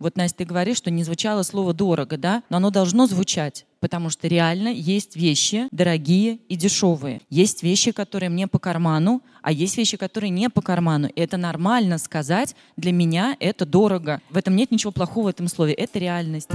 Вот, Настя, ты говоришь, что не звучало слово «дорого», да? Но оно должно звучать, потому что реально есть вещи дорогие и дешевые. Есть вещи, которые мне по карману, а есть вещи, которые не по карману. И это нормально сказать. Для меня это дорого. В этом нет ничего плохого в этом слове. Это реальность.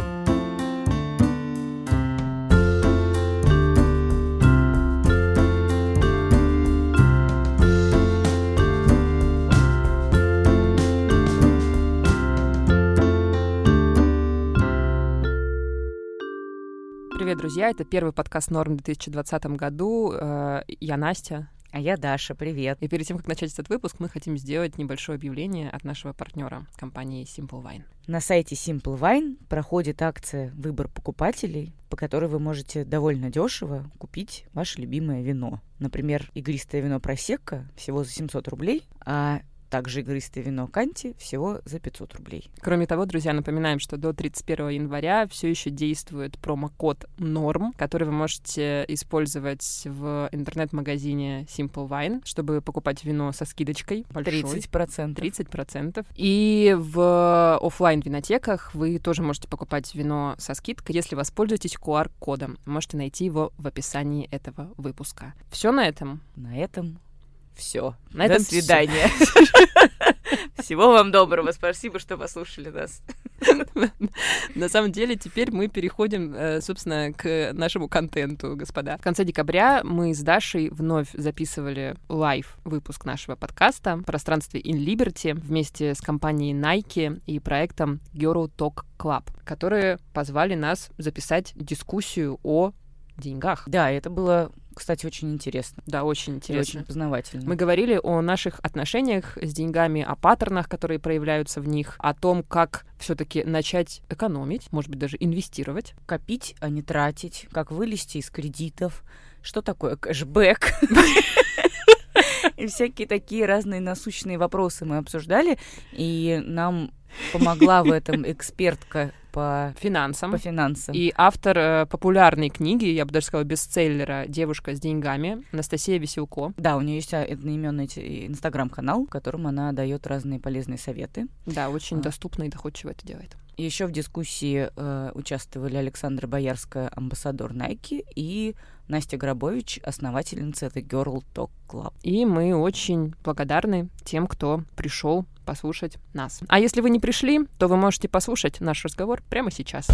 Привет, друзья! Это первый подкаст «Норм» в 2020 году. Я Настя. А я Даша, привет. И перед тем, как начать этот выпуск, мы хотим сделать небольшое объявление от нашего партнера, компании Simple Wine. На сайте Simple Wine проходит акция «Выбор покупателей», по которой вы можете довольно дешево купить ваше любимое вино. Например, игристое вино Prosecco всего за 700 рублей, а также игристое вино Канти всего за 500 рублей. Кроме того, друзья, напоминаем, что до 31 января все еще действует промокод NORM, который вы можете использовать в интернет-магазине Simple Wine, чтобы покупать вино со скидочкой большой. 30%. 30%. И в офлайн винотеках вы тоже можете покупать вино со скидкой, если воспользуетесь QR-кодом. Можете найти его в описании этого выпуска. Все на этом? На этом все. До свидания. Всего вам доброго. Спасибо, что послушали нас. На самом деле, теперь мы переходим, собственно, к нашему контенту, господа. В конце декабря мы с Дашей вновь записывали лайв-выпуск нашего подкаста в пространстве In Liberty вместе с компанией Nike и проектом Girl Talk Club, которые позвали нас записать дискуссию о деньгах. Да, это было, кстати, очень интересно. Да, очень интересно. И очень познавательно. Мы говорили о наших отношениях с деньгами, о паттернах, которые проявляются в них, о том, как все-таки начать экономить, может быть, даже инвестировать. Копить, а не тратить, как вылезти из кредитов, что такое кэшбэк. И всякие такие разные насущные вопросы мы обсуждали, и нам помогла в этом экспертка по финансам. И автор популярной книги, я бы даже сказала, бестселлера «Девушка с деньгами» Анастасия Веселко. Да, у нее есть одноименный инстаграм-канал, в котором она дает разные полезные советы. Да, очень доступно и доходчиво это делает. Еще в дискуссии участвовали Александра Боярская, амбассадор Nike, и Настя Грабович, основательница этой Girl Talk Club. И мы очень благодарны тем, кто пришел послушать нас. А если вы не пришли, то вы можете послушать наш разговор прямо сейчас.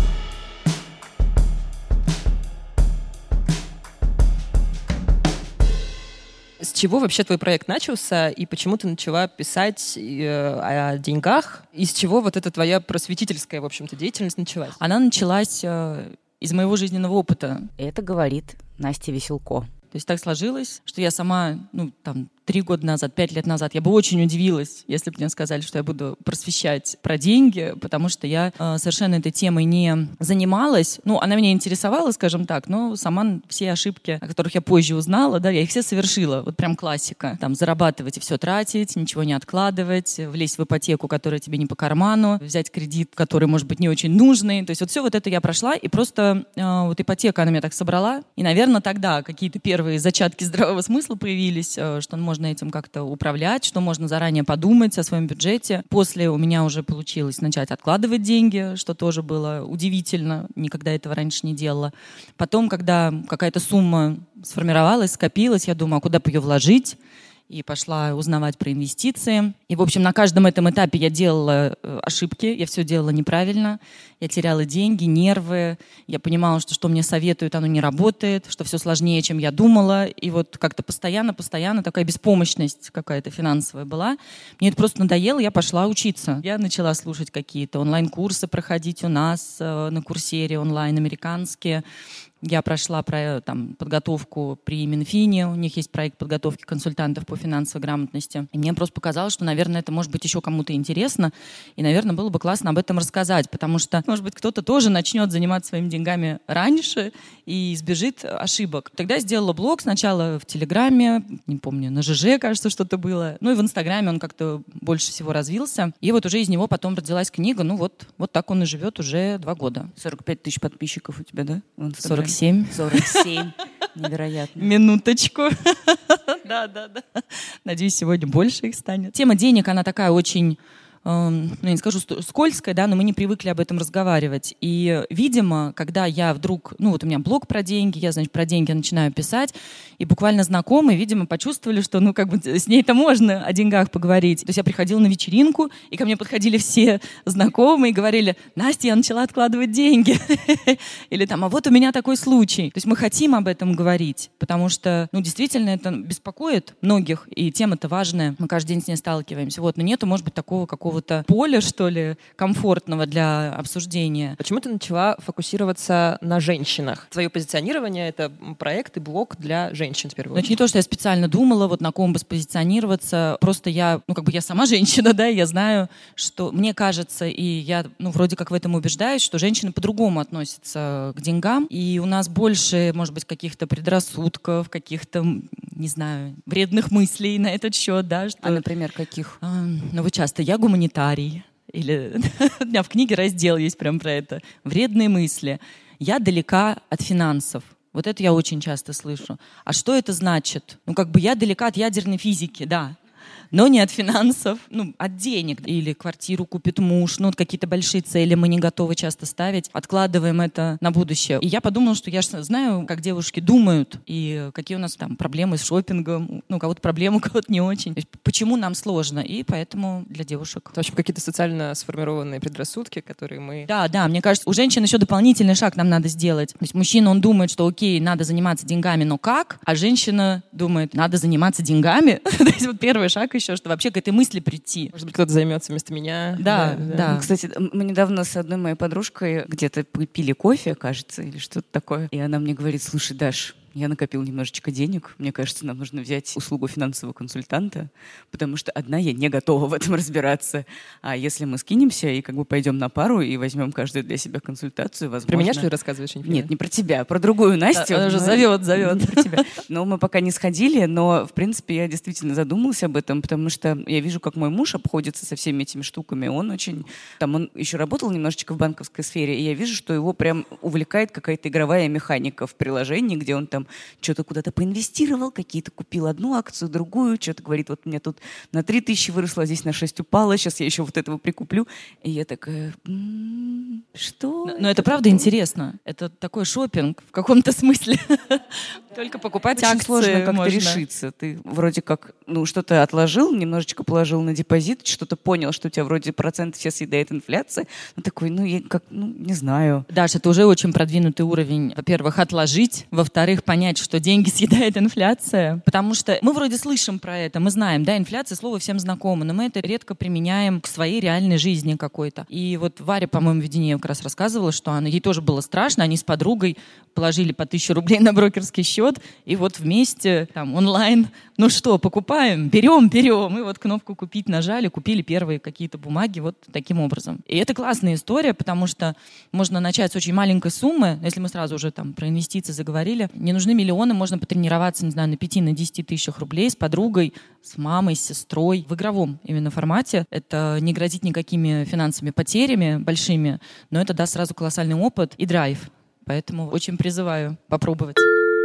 С чего вообще твой проект начался, и почему ты начала писать о деньгах? И с чего вот эта твоя просветительская, в общем-то, деятельность началась? Она началась из моего жизненного опыта. Это говорит Настя Веселко. То есть так сложилось, что я сама, 3 года назад, 5 лет назад, я бы очень удивилась, если бы мне сказали, что я буду просвещать про деньги, потому что я совершенно этой темой не занималась. Она меня интересовала, скажем так, но сама все ошибки, о которых я позже узнала, да, я их все совершила. Вот прям классика. Зарабатывать и все тратить, ничего не откладывать, влезть в ипотеку, которая тебе не по карману, взять кредит, который, может быть, не очень нужный. То есть вот все вот это я прошла, и просто вот ипотека, она меня так собрала. И, наверное, тогда какие-то первые зачатки здравого смысла появились, что можно этим как-то управлять, что можно заранее подумать о своем бюджете. После у меня уже получилось начать откладывать деньги, что тоже было удивительно, никогда этого раньше не делала. Потом, когда какая-то сумма сформировалась, скопилась, я думаю, а куда бы ее вложить? И пошла узнавать про инвестиции. И, в общем, на каждом этом этапе я делала ошибки, я все делала неправильно, я теряла деньги, нервы, я понимала, что мне советуют, оно не работает, что все сложнее, чем я думала. И вот как-то постоянно такая беспомощность какая-то финансовая была. Мне это просто надоело, я пошла учиться. Я начала слушать какие-то онлайн-курсы, проходить у нас на Курсере онлайн, американские. Я прошла подготовку при Минфине, у них есть проект подготовки консультантов по финансовой грамотности. И мне просто показалось, что, наверное, это может быть еще кому-то интересно, и, наверное, было бы классно об этом рассказать, потому что, может быть, кто-то тоже начнет заниматься своими деньгами раньше и избежит ошибок. Тогда я сделала блог сначала в Телеграме, не помню, на ЖЖ, кажется, что-то было, и в Инстаграме он как-то больше всего развился. И вот уже из него потом родилась книга, вот так он и живет уже 2 года. 45 тысяч подписчиков у тебя, да? 47. 47. Невероятно. Минуточку. Да. Надеюсь, сегодня больше их станет. Тема денег, она такая очень ну, я не скажу скользкое, да, но мы не привыкли об этом разговаривать. И, видимо, когда я вдруг, ну, вот у меня блог про деньги, я, значит, про деньги начинаю писать, и буквально знакомые, видимо, почувствовали, что, ну, как бы с ней-то можно о деньгах поговорить. То есть я приходила на вечеринку, и ко мне подходили все знакомые и говорили: Настя, я начала откладывать деньги. Или там, а вот у меня такой случай. То есть мы хотим об этом говорить, потому что, ну, действительно, это беспокоит многих, и тема-то важная. Мы каждый день с ней сталкиваемся. Вот. Но нету, может быть, такого какого-то поля, что ли, комфортного для обсуждения. Почему ты начала фокусироваться на женщинах? Твое позиционирование — это проект и блог для женщин, в первую Но очередь. это не то, что я специально думала, вот на ком бы спозиционироваться. Просто я, ну, как бы я сама женщина, да, и я знаю, что мне кажется, и я, ну, вроде как в этом убеждаюсь, что женщины по-другому относятся к деньгам, и у нас больше, может быть, каких-то предрассудков, каких-то, не знаю, вредных мыслей на этот счет, да. Что, например, каких? Ну, вот часто я гуманитарий, или у меня в книге раздел есть прям про это. Вредные мысли. Я далека от финансов. Вот это я очень часто слышу. А что это значит? Ну, как бы я далека от ядерной физики, да, но не от финансов, ну, от денег. Или квартиру купит муж, ну, вот какие-то большие цели мы не готовы часто ставить, откладываем это на будущее. И я подумала, что я же знаю, как девушки думают, и какие у нас там проблемы с шопингом, ну, у кого-то проблемы, у кого-то не очень. То есть почему нам сложно, и поэтому для девушек. В общем, какие-то социально сформированные предрассудки, которые мы... Да, мне кажется, у женщин еще дополнительный шаг нам надо сделать. То есть мужчина, он думает, что окей, надо заниматься деньгами, но как? А женщина думает, надо заниматься деньгами. То есть вот первый шаг еще, что вообще к этой мысли прийти. Может быть, кто-то займется вместо меня. Да. Кстати, мы недавно с одной моей подружкой где-то пили кофе, кажется, или что-то такое. И она мне говорит: слушай, Даш, я накопил немножечко денег. Мне кажется, нам нужно взять услугу финансового консультанта, потому что одна я не готова в этом разбираться. А если мы скинемся и как бы пойдем на пару и возьмем каждый для себя консультацию, возможно... Про меня, что ли, рассказываешь? Нет, не про тебя, а про другую Настю. Она уже зовет. Не про тебя. Но мы пока не сходили, но, в принципе, я действительно задумалась об этом, потому что я вижу, как мой муж обходится со всеми этими штуками. Он очень... Там он еще работал немножечко в банковской сфере, и я вижу, что его прям увлекает какая-то игровая механика в приложении, где он там что-то куда-то поинвестировал, какие-то купил одну акцию, другую, что-то говорит, вот у меня тут на 3000 выросло, а здесь на 6 упало, сейчас я еще вот этого прикуплю. И я такая, что? Но это правда интересно. Это такой шопинг в каком-то смысле. Только покупать очень акции сложно как-то можно. решиться. Ты вроде как, ну, что-то отложил, немножечко положил на депозит, что-то понял, что у тебя вроде процент сейчас съедает инфляция. Ну, такой, не знаю. Даша, это уже очень продвинутый уровень. Во-первых, отложить. Во-вторых, понять, что деньги съедает инфляция. Потому что мы вроде слышим про это, мы знаем, да, инфляция, слово всем знакомо, но мы это редко применяем к своей реальной жизни какой-то. И вот Варя, по-моему, в Ведении как раз рассказывала, что ей тоже было страшно. Они с подругой положили по 1000 рублей на брокерский счет, и вот вместе там онлайн, ну что, покупаем, берем. И вот кнопку «Купить» нажали, купили первые какие-то бумаги вот таким образом. И это классная история, потому что можно начать с очень маленькой суммы, если мы сразу уже там про инвестиции заговорили. Не нужны миллионы, можно потренироваться, не знаю, на 5-10 тысячах рублей с подругой, с мамой, с сестрой. В игровом именно формате. Это не грозит никакими финансовыми потерями большими, но это даст сразу колоссальный опыт и драйв. Поэтому очень призываю попробовать.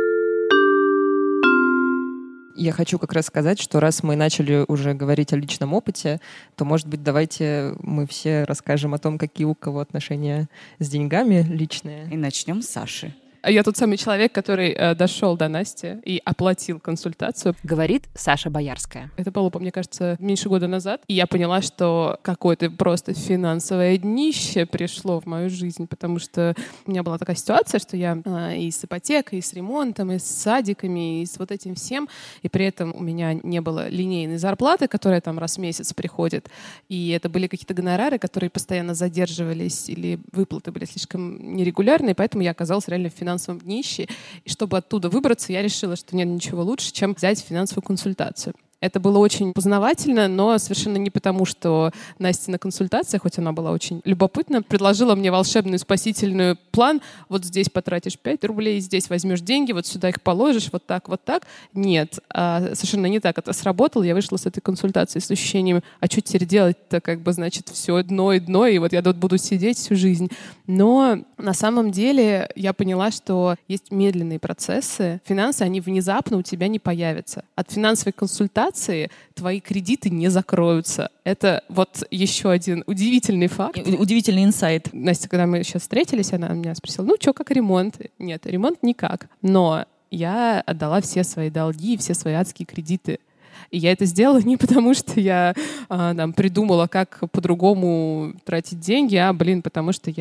Я хочу как раз сказать, что раз мы начали уже говорить о личном опыте, то, может быть, давайте мы все расскажем о том, какие у кого отношения с деньгами личные. И начнем с Саши. Я тот самый человек, который дошел до Насти и оплатил консультацию. Говорит Саша Боярская. Это было, мне кажется, меньше года назад. И я поняла, что какое-то просто финансовое днище пришло в мою жизнь, потому что у меня была такая ситуация, что я и с ипотекой, и с ремонтом, и с садиками, и с вот этим всем, и при этом у меня не было линейной зарплаты, которая там раз в месяц приходит, и это были какие-то гонорары, которые постоянно задерживались, или выплаты были слишком нерегулярные, поэтому я оказалась реально в финансовом днище. И чтобы оттуда выбраться, я решила, что нет ничего лучше, чем взять финансовую консультацию. Это было очень познавательно, но совершенно не потому, что Настя на консультациях, хоть она была очень любопытна, предложила мне волшебную спасительную план. Вот здесь потратишь 5 рублей, здесь возьмешь деньги, вот сюда их положишь, вот так, вот так. Нет, совершенно не так это сработало. Я вышла с этой консультации с ощущением, а что теперь делать-то, как бы, значит, все дно, и вот я тут буду сидеть всю жизнь. Но на самом деле я поняла, что есть медленные процессы. Финансы, они внезапно у тебя не появятся. От финансовой консультации инфляции твои кредиты не закроются. Это вот еще один удивительный факт. Удивительный инсайт. Настя, когда мы сейчас встретились, она меня спросила, ну что, как ремонт? Нет, ремонт никак. Но я отдала все свои долги, все свои адские кредиты. И я это сделала не потому, что я придумала, как по-другому тратить деньги, потому что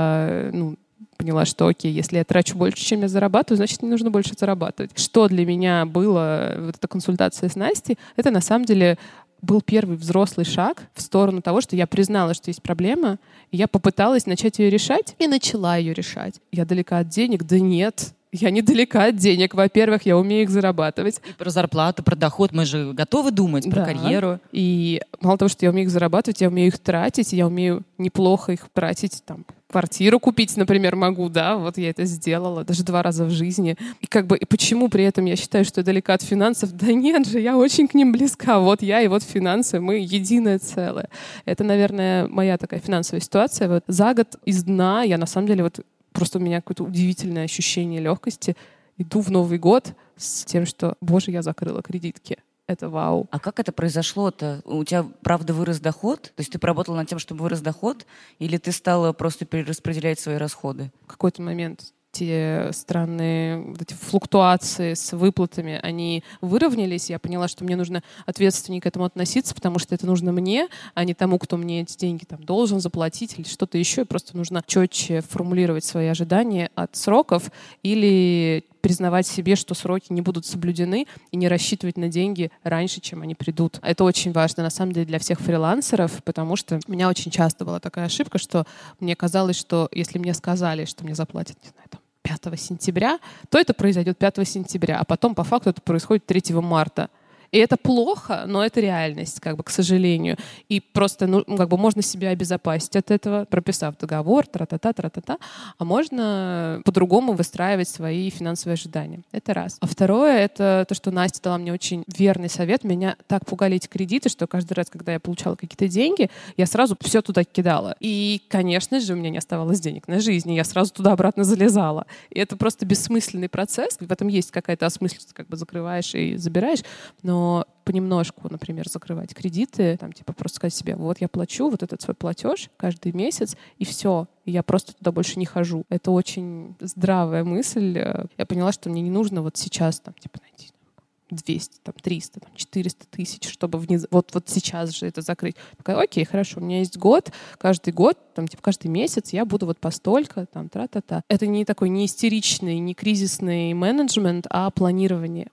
я поняла, что окей, если я трачу больше, чем я зарабатываю, значит, мне нужно больше зарабатывать. Что для меня было вот эта консультация с Настей, это на самом деле был первый взрослый шаг в сторону того, что я признала, что есть проблема, и я попыталась начать ее решать, и начала ее решать. Я далека от денег? Да нет. Я недалека от денег. Во-первых, я умею их зарабатывать. И про зарплату, про доход мы же готовы думать, про карьеру. И мало того, что я умею их зарабатывать, я умею их тратить, я умею неплохо их тратить, квартиру купить, например, могу, вот я это сделала даже 2 раза в жизни. И почему при этом я считаю, что я далека от финансов? Да нет же, я очень к ним близка. Вот я и вот финансы, мы единое целое. Это, наверное, моя такая финансовая ситуация. Вот за год из дна я на самом деле просто у меня какое-то удивительное ощущение легкости. Иду в Новый год с тем, что, боже, я закрыла кредитки. Это вау. А как это произошло-то? У тебя, правда, вырос доход? То есть ты поработала над тем, чтобы вырос доход? Или ты стала просто перераспределять свои расходы? В какой-то момент те странные эти флуктуации с выплатами, они выровнялись. Я поняла, что мне нужно ответственнее к этому относиться, потому что это нужно мне, а не тому, кто мне эти деньги должен заплатить или что-то еще. И просто нужно четче формулировать свои ожидания от сроков или признавать себе, что сроки не будут соблюдены, и не рассчитывать на деньги раньше, чем они придут. Это очень важно, на самом деле, для всех фрилансеров, потому что у меня очень часто была такая ошибка, что мне казалось, что если мне сказали, что мне заплатят, 5 сентября, то это произойдет 5 сентября, а потом по факту это происходит 3 марта. И это плохо, но это реальность, к сожалению. И просто, можно себя обезопасить от этого, прописав договор, тра-та-та. А можно по-другому выстраивать свои финансовые ожидания. Это раз. А второе, это то, что Настя дала мне очень верный совет. Меня так пугали эти кредиты, что каждый раз, когда я получала какие-то деньги, я сразу все туда кидала. И, конечно же, у меня не оставалось денег на жизнь, и я сразу туда-обратно залезала. И это просто бессмысленный процесс. В этом есть какая-то осмысленность, закрываешь и забираешь, но понемножку, например, закрывать кредиты, просто сказать себе, вот я плачу вот этот свой платеж каждый месяц, и все, и я просто туда больше не хожу. Это очень здравая мысль. Я поняла, что мне не нужно вот сейчас найти 200, 300, 400 тысяч, чтобы вот сейчас же это закрыть. Такая, окей, хорошо, у меня есть год, каждый год, каждый месяц я буду вот постолько, тра-та-та. Это не такой не истеричный, не кризисный менеджмент, а планирование.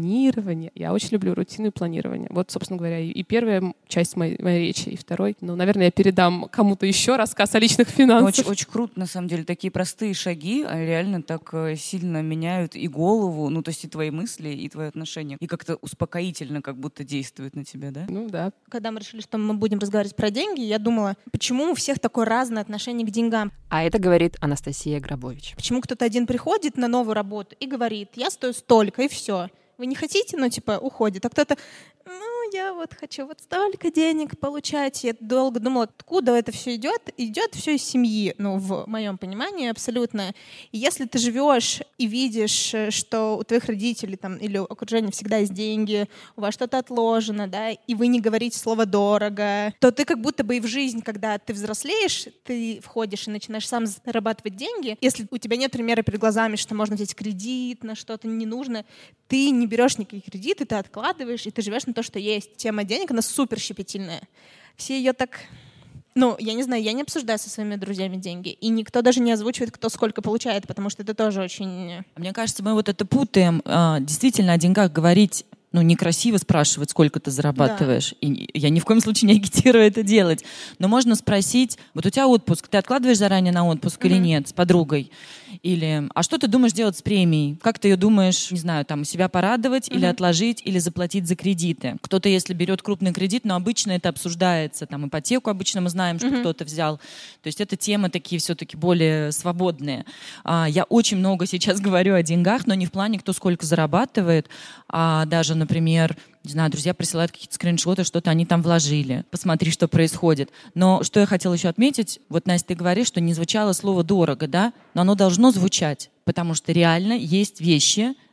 Я очень люблю рутину и планирование. Вот, собственно говоря, и первая часть моей речи, и второй. Наверное, я передам кому-то еще рассказ о личных финансах. Очень круто, на самом деле. Такие простые шаги реально так сильно меняют и голову, то есть и твои мысли, и твои отношения. И как-то успокоительно как будто действует на тебя, да? Да. Когда мы решили, что мы будем разговаривать про деньги, я думала, почему у всех такое разное отношение к деньгам? А это говорит Анастасия Грабович. Почему кто-то один приходит на новую работу и говорит, я стою столько, и все. Вы не хотите, уходит. А кто-то, я хочу столько денег получать. Я долго думала, откуда это все идет. Идет все из семьи, в моем понимании абсолютно. И если ты живешь и видишь, что у твоих родителей или у окружения всегда есть деньги, у вас что-то отложено, и вы не говорите слово «дорого», то ты как будто бы и в жизнь, когда ты взрослеешь, ты входишь и начинаешь сам зарабатывать деньги. Если у тебя нет примера перед глазами, что можно взять кредит на что-то не нужно, ты не берешь никакие кредиты, ты откладываешь, и ты живешь на то, что есть. Тема денег, она супер щепетильная. Все ее так... я не знаю, я не обсуждаю со своими друзьями деньги. И никто даже не озвучивает, кто сколько получает, потому что это тоже очень... Мне кажется, мы это путаем. Действительно, о деньгах говорить... некрасиво спрашивать, сколько ты зарабатываешь. Да. И я ни в коем случае не агитирую это делать. Но можно спросить, вот у тебя отпуск, ты откладываешь заранее на отпуск или нет с подругой? Или, а что ты думаешь делать с премией? Как ты ее думаешь, не знаю, себя порадовать или отложить, или заплатить за кредиты? Кто-то, если берет крупный кредит, но обычно это обсуждается. Ипотеку обычно мы знаем, что кто-то взял. То есть это темы такие все-таки более свободные. Я очень много сейчас говорю о деньгах, но не в плане, кто сколько зарабатывает, а даже, например, не знаю, друзья присылают какие-то скриншоты, что-то они там вложили. Посмотри, что происходит. Но что я хотела еще отметить, Настя, ты говоришь, что не звучало слово «дорого», да? Но оно должно звучать, потому что реально есть вещи,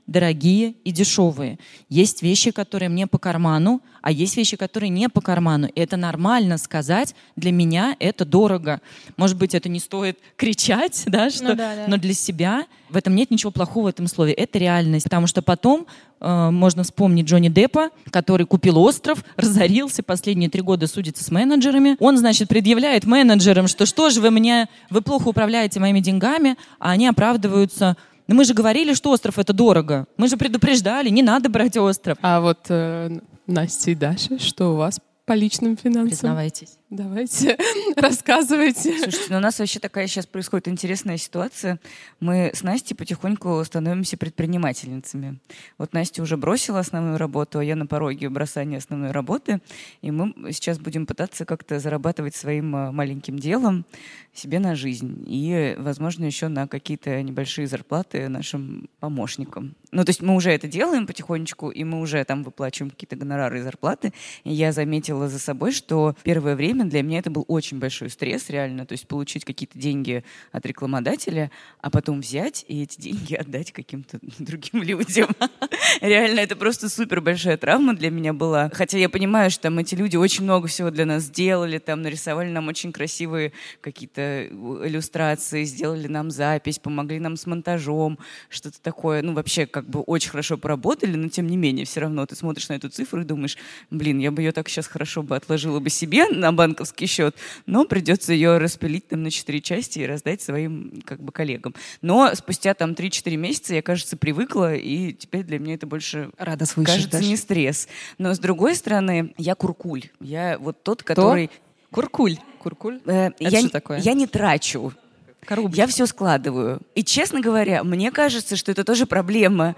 дорогие и дешевые. Есть вещи, которые мне по карману, а есть вещи, которые не по карману. И это нормально сказать. Для меня это дорого. Может быть, это не стоит кричать, да, что... но для себя в этом нет ничего плохого в этом слове. Это реальность. Потому что потом можно вспомнить Джонни Деппа, который купил остров, разорился, последние 3 года судится с менеджерами. Он, значит, предъявляет менеджерам, что же вы плохо управляете моими деньгами, а они оправдываются: но мы же говорили, что остров — это дорого. Мы же предупреждали, не надо брать остров. А вот Настя и Даша, что у вас по личным финансам? Признавайтесь. Давайте, рассказывайте. Слушайте, у нас вообще такая сейчас происходит интересная ситуация. Мы с Настей потихоньку становимся предпринимательницами. Вот Настя уже бросила основную работу, а я на пороге бросания основной работы. И мы сейчас будем пытаться как-то зарабатывать своим маленьким делом себе на жизнь. И, возможно, еще на какие-то небольшие зарплаты нашим помощникам. Ну, то есть мы уже это делаем потихонечку, и мы уже там выплачиваем какие-то гонорары и зарплаты. И я заметила за собой, что первое время для меня это был очень большой стресс, реально. То есть получить какие-то деньги от рекламодателя, а потом взять и эти деньги отдать каким-то другим людям. Реально, это просто супер большая травма для меня была. Хотя я понимаю, что там эти люди очень много всего для нас сделали, там нарисовали нам очень красивые какие-то иллюстрации, сделали нам запись, помогли нам с монтажом, что-то такое. Ну, вообще, как бы очень хорошо поработали, но тем не менее, все равно ты смотришь на эту цифру и думаешь: блин, я бы ее так сейчас хорошо бы отложила бы себе на банковский счет, но придется ее распилить там на 4 части и раздать своим как бы коллегам. Но спустя там 3-4 месяца я, кажется, привыкла, и теперь для меня это больше, Рада слышать, кажется, Даша. не стресс. Но с другой стороны, я куркуль. Я вот тот, который... Куркуль. Куркуль? Я, что такое? я не трачу. Коробочка. Я все складываю. И, честно говоря, мне кажется, что это тоже проблема.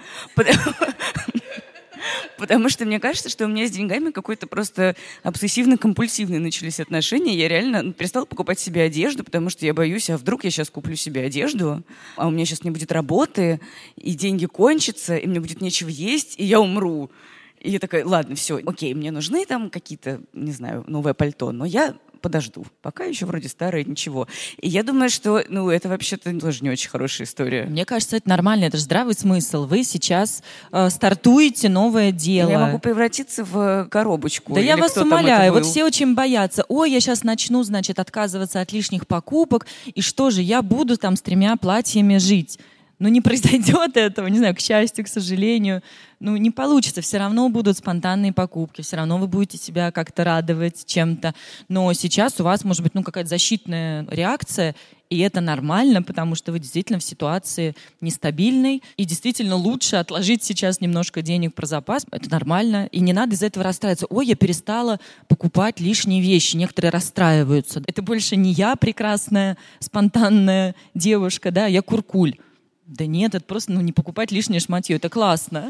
Потому что мне кажется, что у меня с деньгами какой-то просто обсессивно-компульсивные начались отношения. Я реально перестала покупать себе одежду, потому что я боюсь, а вдруг я сейчас куплю себе одежду, а у меня сейчас не будет работы, и деньги кончатся, и мне будет нечего есть, и я умру. И я такая: ладно, все, окей, мне нужны там какие-то, не знаю, новое пальто, но я подожду. Пока еще вроде старое, ничего. И я думаю, что, это вообще-то тоже не очень хорошая история. Мне кажется, это нормально, это же здравый смысл. Вы сейчас стартуете новое дело. Я могу превратиться в коробочку. Да или я вас кто там умоляю, это вот был. все очень боятся. Ой, я сейчас начну, значит, отказываться от лишних покупок, и что же, я буду там с 3 платьями жить. Не произойдет этого, не знаю, к счастью, к сожалению. Не получится. Все равно будут спонтанные покупки, все равно вы будете себя как-то радовать чем-то. Но сейчас у вас может быть какая-то защитная реакция, и это нормально, потому что вы действительно в ситуации нестабильной, и действительно лучше отложить сейчас немножко денег про запас. Это нормально, и не надо из-за этого расстраиваться. Ой, я перестала покупать лишние вещи. Некоторые расстраиваются. Это больше не я, прекрасная, спонтанная девушка, да, я куркуль. Да нет, это просто не покупать лишнее шматье. Это классно.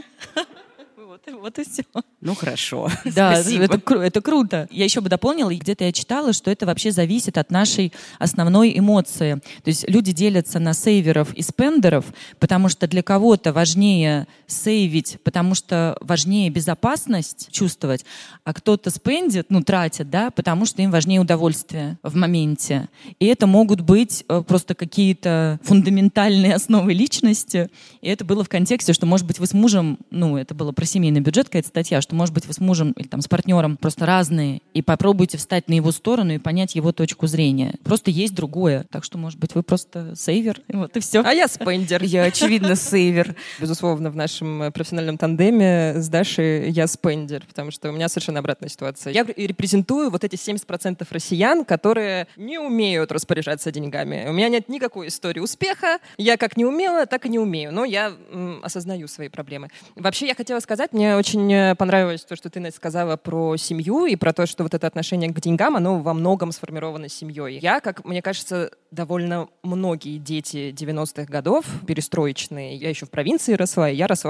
Вот и все. Хорошо. Да, Спасибо. это круто. Я еще бы дополнила, и где-то я читала, что это вообще зависит от нашей основной эмоции. То есть люди делятся на сейверов и спендеров, потому что для кого-то важнее сейвить, потому что важнее безопасность чувствовать, а кто-то спендит, тратит, да, потому что им важнее удовольствие в моменте. И это могут быть просто какие-то фундаментальные основы личности. И это было в контексте, что, может быть, вы с мужем, это было про семейный бюджет, какая-то статья, что, может быть, вы с мужем или там с партнером просто разные, и попробуйте встать на его сторону и понять его точку зрения. Просто есть другое. Так что, может быть, вы просто сейвер, и вот и все. А я спендер. Я, очевидно, сейвер. Безусловно, в нашем профессиональном тандеме с Дашей я спендер, потому что у меня совершенно обратная ситуация. Я репрезентую вот эти 70% россиян, которые не умеют распоряжаться деньгами. У меня нет никакой истории успеха. Я как не умела, так и не умею. Но я осознаю свои проблемы. Вообще, я хотела сказать, мне очень понравилось то, что ты, Настя, сказала про семью и про то, что вот это отношение к деньгам, оно во многом сформировано семьей. Я, как мне кажется, довольно многие дети 90-х годов, перестроечные, я еще в провинции росла, и я росла в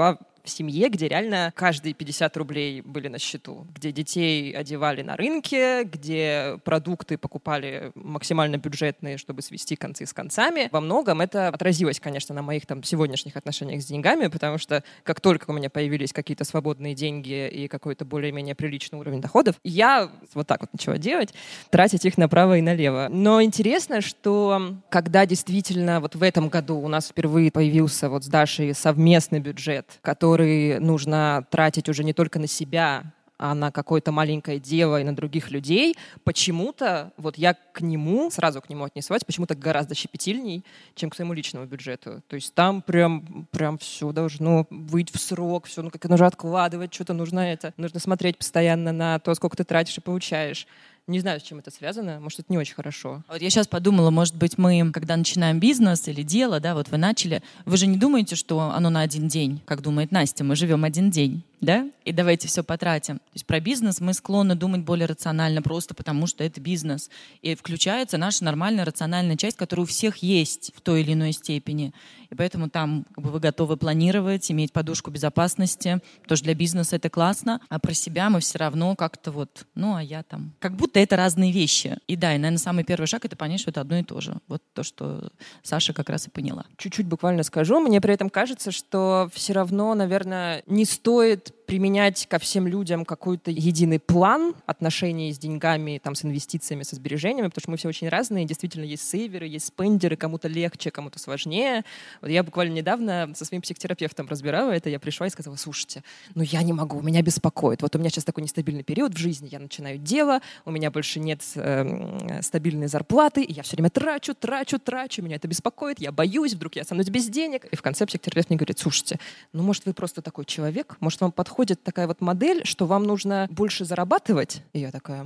в семье, где реально каждые 50 рублей были на счету, где детей одевали на рынке, где продукты покупали максимально бюджетные, чтобы свести концы с концами. Во многом это отразилось, конечно, на моих там сегодняшних отношениях с деньгами, потому что как только у меня появились какие-то свободные деньги и какой-то более-менее приличный уровень доходов, я вот так вот начала делать, тратить их направо и налево. Но интересно, что когда действительно вот в этом году у нас впервые появился вот с Дашей совместный бюджет, который нужно тратить уже не только на себя, а на какое-то маленькое дело и на других людей, почему-то вот я сразу к нему отнеслась, почему-то гораздо щепетильней, чем к своему личному бюджету. То есть там прям все должно быть в срок, все, ну как нужно откладывать, что-то нужно смотреть постоянно на то, сколько ты тратишь и получаешь. Не знаю, с чем это связано. Может, это не очень хорошо. Вот я сейчас подумала, может быть, мы, когда начинаем бизнес или дело, да, вот вы начали, вы же не думаете, что оно на один день, как думает Настя, мы живем один день, да? И давайте все потратим. То есть про бизнес мы склонны думать более рационально, просто потому что это бизнес. И включается наша нормальная рациональная часть, которая у всех есть в той или иной степени. И поэтому там как бы, вы готовы планировать, иметь подушку безопасности, потому что для бизнеса это классно, а про себя мы все равно как-то вот, ну, а я там... Как будто это разные вещи. И да, и, наверное, самый первый шаг — это понять, что это одно и то же. Вот то, что Саша как раз и поняла. Чуть-чуть буквально скажу. Мне при этом кажется, что все равно, наверное, не стоит применять ко всем людям какой-то единый план отношений с деньгами, там, с инвестициями, со сбережениями, потому что мы все очень разные. Действительно, есть сейверы, есть спендеры, кому-то легче, кому-то сложнее. Вот я буквально недавно со своим психотерапевтом разбирала это, я пришла и сказала: слушайте, ну я не могу, меня беспокоит. Вот у меня сейчас такой нестабильный период в жизни, я начинаю дело, у меня больше нет стабильной зарплаты, и я все время трачу, меня это беспокоит, я боюсь, вдруг я останусь без денег. И в конце психотерапевт мне говорит: слушайте, ну может вы просто такой человек, может вам подходит такая вот модель, что вам нужно больше зарабатывать? И я такая: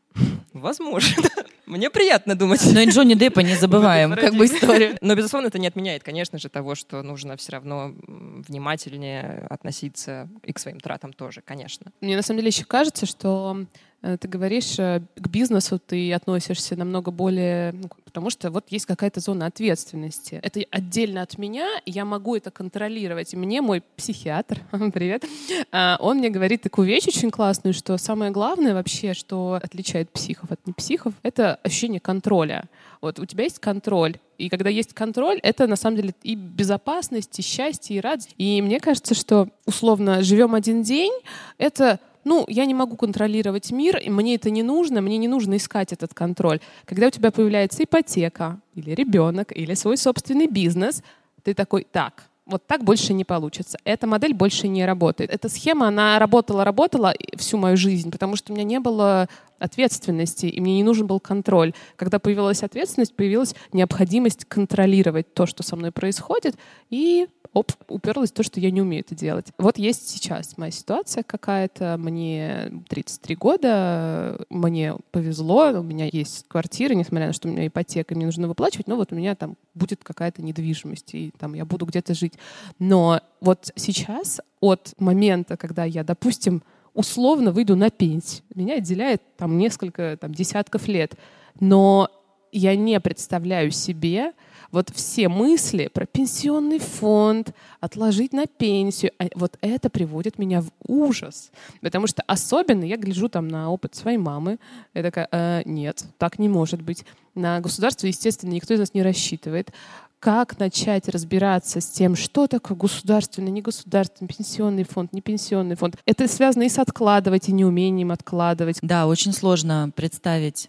возможно. Мне приятно думать. Но и Джонни Деппа не забываем, как бы историю. Но, безусловно, это не отменяет, конечно же, того, что нужно все равно внимательнее относиться и к своим тратам тоже, конечно. Мне на самом деле еще кажется, что ты говоришь, к бизнесу ты относишься намного более... потому что вот есть какая-то зона ответственности. Это отдельно от меня, и я могу это контролировать. И мне мой психиатр, привет, он мне говорит такую вещь очень классную, что самое главное вообще, что отличает психов от непсихов, это ощущение контроля. Вот у тебя есть контроль, и когда есть контроль, это на самом деле и безопасность, и счастье, и радость. И мне кажется, что условно живем один день, это... я не могу контролировать мир, и мне это не нужно, мне не нужно искать этот контроль. Когда у тебя появляется ипотека, или ребенок, или свой собственный бизнес, ты такой: так, вот так больше не получится. Эта модель больше не работает. Эта схема, она работала всю мою жизнь, потому что у меня не было ответственности, и мне не нужен был контроль. Когда появилась ответственность, появилась необходимость контролировать то, что со мной происходит, и уперлась в то, что я не умею это делать. Вот есть сейчас моя ситуация какая-то. Мне 33 года, мне повезло, у меня есть квартира, несмотря на то, что у меня ипотека, мне нужно выплачивать, но вот у меня там будет какая-то недвижимость, и там я буду где-то жить. Но вот сейчас от момента, когда я, допустим, условно выйду на пенсию, меня отделяет там несколько десятков лет, но я не представляю себе вот все мысли про пенсионный фонд, отложить на пенсию, вот это приводит меня в ужас. Потому что особенно я гляжу там на опыт своей мамы, я такая: нет, так не может быть. На государство, естественно, никто из нас не рассчитывает. Как начать разбираться с тем, что такое государственный, негосударственный, пенсионный фонд, не пенсионный фонд? Это связано и с откладывать, и неумением откладывать. Да, очень сложно представить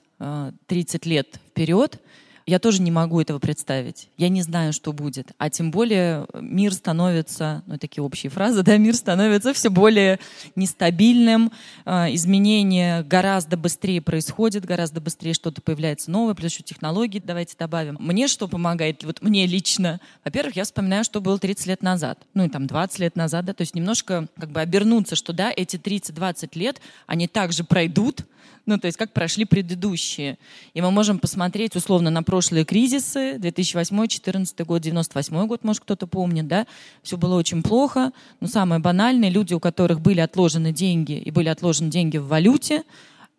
30 лет вперед. Я тоже не могу этого представить. Я не знаю, что будет. А тем более мир становится, такие общие фразы, да, мир становится все более нестабильным, изменения гораздо быстрее происходят, гораздо быстрее что-то появляется новое, плюс еще технологии давайте добавим. Мне что помогает, вот мне лично? Во-первых, я вспоминаю, что было 30 лет назад, 20 лет назад, да, то есть немножко обернуться, что да, эти 30-20 лет, они также пройдут, то есть как прошли предыдущие. И мы можем посмотреть условно на прошлые кризисы, 2008-2014 год, 98 год, может, кто-то помнит, да, все было очень плохо. Но самое банальное, люди, у которых были отложены деньги, и были отложены деньги в валюте,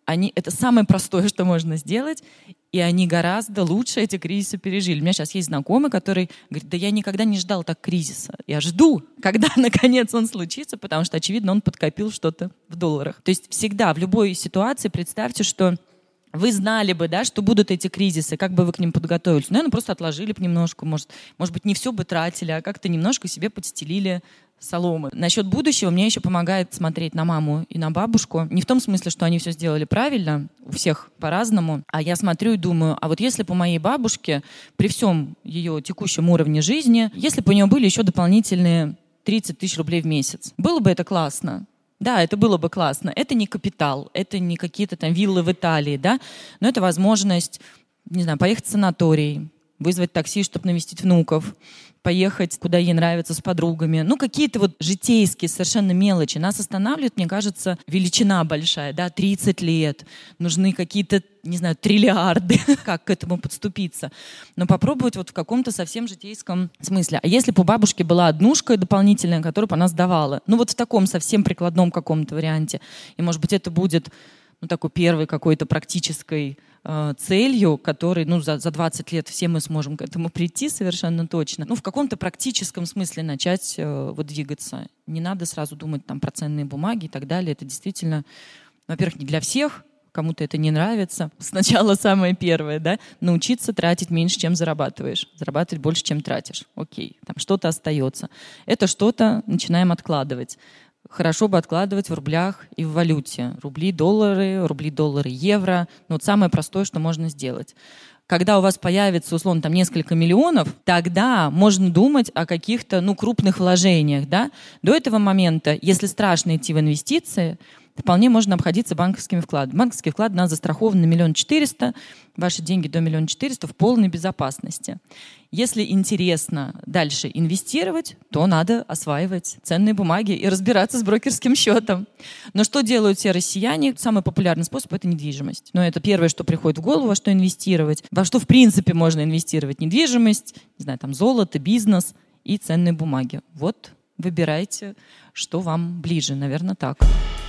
это самое простое, что можно сделать, и они гораздо лучше эти кризисы пережили. У меня сейчас есть знакомый, который говорит, да я никогда не ждал так кризиса. Я жду, когда наконец он случится, потому что, очевидно, он подкопил что-то в долларах. То есть всегда, в любой ситуации представьте, что вы знали бы, да, что будут эти кризисы, как бы вы к ним подготовились. Наверное, просто отложили бы немножко, может быть, не все бы тратили, а как-то немножко себе подстелили соломы. Насчет будущего мне еще помогает смотреть на маму и на бабушку. Не в том смысле, что они все сделали правильно, у всех по-разному, а я смотрю и думаю, а вот если бы у моей бабушке при всем ее текущем уровне жизни, если бы у нее были еще дополнительные 30 тысяч рублей в месяц, было бы это классно. Да, это было бы классно. Это не капитал, это не какие-то там виллы в Италии, да, но это возможность, не знаю, поехать в санаторий, вызвать такси, чтобы навестить внуков, поехать, куда ей нравится, с подругами. Ну, какие-то вот житейские совершенно мелочи. Нас останавливает, мне кажется, величина большая, да, 30 лет. Нужны какие-то, не знаю, триллиарды, как к этому подступиться. Но попробовать вот в каком-то совсем житейском смысле. А если бы у бабушки была однушка дополнительная, которую бы она сдавала? Ну, вот в таком совсем прикладном каком-то варианте. И, может быть, это будет, ну, такой первой какой-то практической целью, которой, ну, за 20 лет все мы сможем к этому прийти совершенно точно. Ну, в каком-то практическом смысле начать вот двигаться. Не надо сразу думать там про ценные бумаги и так далее. Это действительно, во-первых, не для всех, кому-то это не нравится. Сначала самое первое, да, научиться тратить меньше, чем зарабатываешь. Зарабатывать больше, чем тратишь. Окей, там что-то остается. Это что-то начинаем откладывать. Хорошо бы откладывать в рублях и в валюте. Рубли, доллары, евро. Ну, вот самое простое, что можно сделать. Когда у вас появится, условно, там несколько миллионов, тогда можно думать о каких-то, ну, крупных вложениях, да. До этого момента, если страшно идти в инвестиции, вполне можно обходиться банковскими вкладами. Банковский вклад у нас застрахован на 1 400 000, ваши деньги до 1 400 000 в полной безопасности. Если интересно дальше инвестировать, то надо осваивать ценные бумаги и разбираться с брокерским счетом. Но что делают все россияне? Самый популярный способ – это недвижимость. Но это первое, что приходит в голову, во что инвестировать. Во что, в принципе, можно инвестировать? Недвижимость, не знаю, там золото, бизнес и ценные бумаги. Вот выбирайте, что вам ближе. Наверное, так.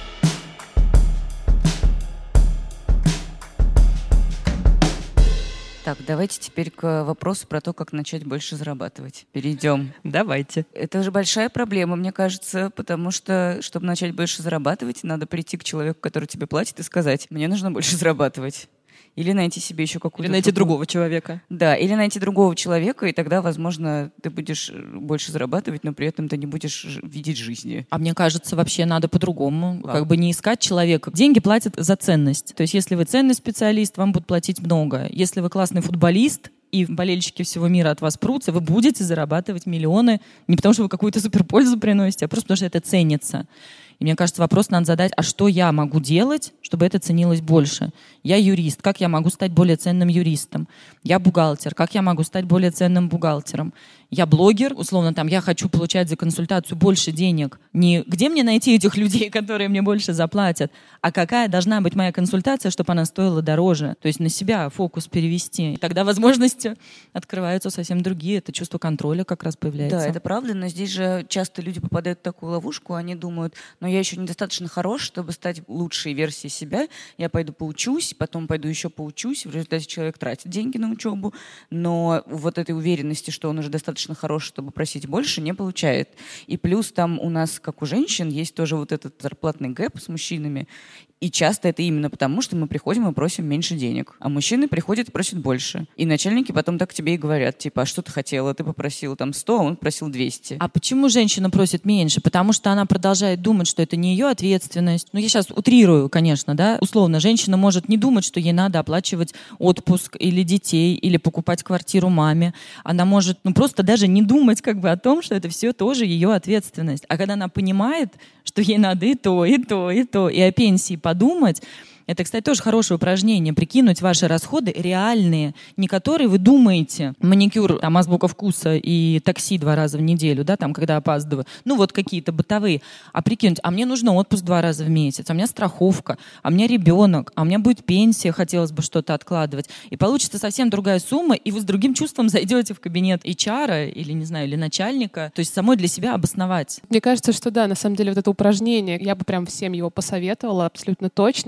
Так, давайте теперь к вопросу про то, как начать больше зарабатывать. Перейдем. Давайте. Это же большая проблема, мне кажется, потому что, чтобы начать больше зарабатывать, надо прийти к человеку, который тебе платит, и сказать, мне нужно больше зарабатывать. Или найти себе еще какую-то... Или найти другого человека. Да, или найти другого человека, и тогда, возможно, ты будешь больше зарабатывать, но при этом ты не будешь видеть жизни. А мне кажется, вообще надо по-другому. Как бы не искать человека. Деньги платят за ценность. То есть если вы ценный специалист, вам будут платить много. Если вы классный футболист, и болельщики всего мира от вас прутся, вы будете зарабатывать миллионы не потому, что вы какую-то суперпользу приносите, а просто потому, что это ценится. И мне кажется, вопрос надо задать, а что я могу делать, чтобы это ценилось больше? Я юрист, как я могу стать более ценным юристом? Я бухгалтер, как я могу стать более ценным бухгалтером? Я блогер, условно, там, я хочу получать за консультацию больше денег. Не где мне найти этих людей, которые мне больше заплатят, а какая должна быть моя консультация, чтобы она стоила дороже. То есть на себя фокус перевести. И тогда возможности открываются совсем другие. Это чувство контроля как раз появляется. Да, это правда, но здесь же часто люди попадают в такую ловушку, они думают, но я еще недостаточно хорош, чтобы стать лучшей версией себя. Я пойду поучусь, потом пойду еще поучусь. В результате человек тратит деньги на учебу, но вот этой уверенности, что он уже достаточно хорош, чтобы просить больше, не получает. И плюс там у нас, как у женщин, есть тоже вот этот зарплатный гэп с мужчинами. И часто это именно потому, что мы приходим и просим меньше денег. А мужчины приходят и просят больше. И начальники потом так тебе и говорят, типа, а что ты хотела? Ты попросила там 100, а он просил 200. А почему женщина просит меньше? Потому что она продолжает думать, что это не ее ответственность. Ну, я сейчас утрирую, конечно, да. Условно, женщина может не думать, что ей надо оплачивать отпуск или детей, или покупать квартиру маме. Она может, ну, просто даже не думать как бы о том, что это все тоже ее ответственность. А когда она понимает, что ей надо и то, и то, и то, и о пенсии подумать. Это, кстати, тоже хорошее упражнение. Прикинуть ваши расходы реальные, не которые вы думаете. Маникюр, там, азбука вкуса и такси 2 раза в неделю, да, там, когда опаздываю. Ну, вот какие-то бытовые. А прикинуть, а мне нужно отпуск 2 раза в месяц, а у меня страховка, а у меня ребенок, а у меня будет пенсия, хотелось бы что-то откладывать. И получится совсем другая сумма, и вы с другим чувством зайдете в кабинет HR или, не знаю, или начальника. То есть самой для себя обосновать. Мне кажется, что да, на самом деле вот это упражнение, я бы прям всем его посоветовала абсолютно точно.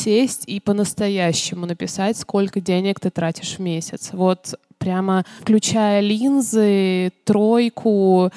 сесть и по-настоящему написать, сколько денег ты тратишь в месяц. Вот прямо включая линзы, тройку,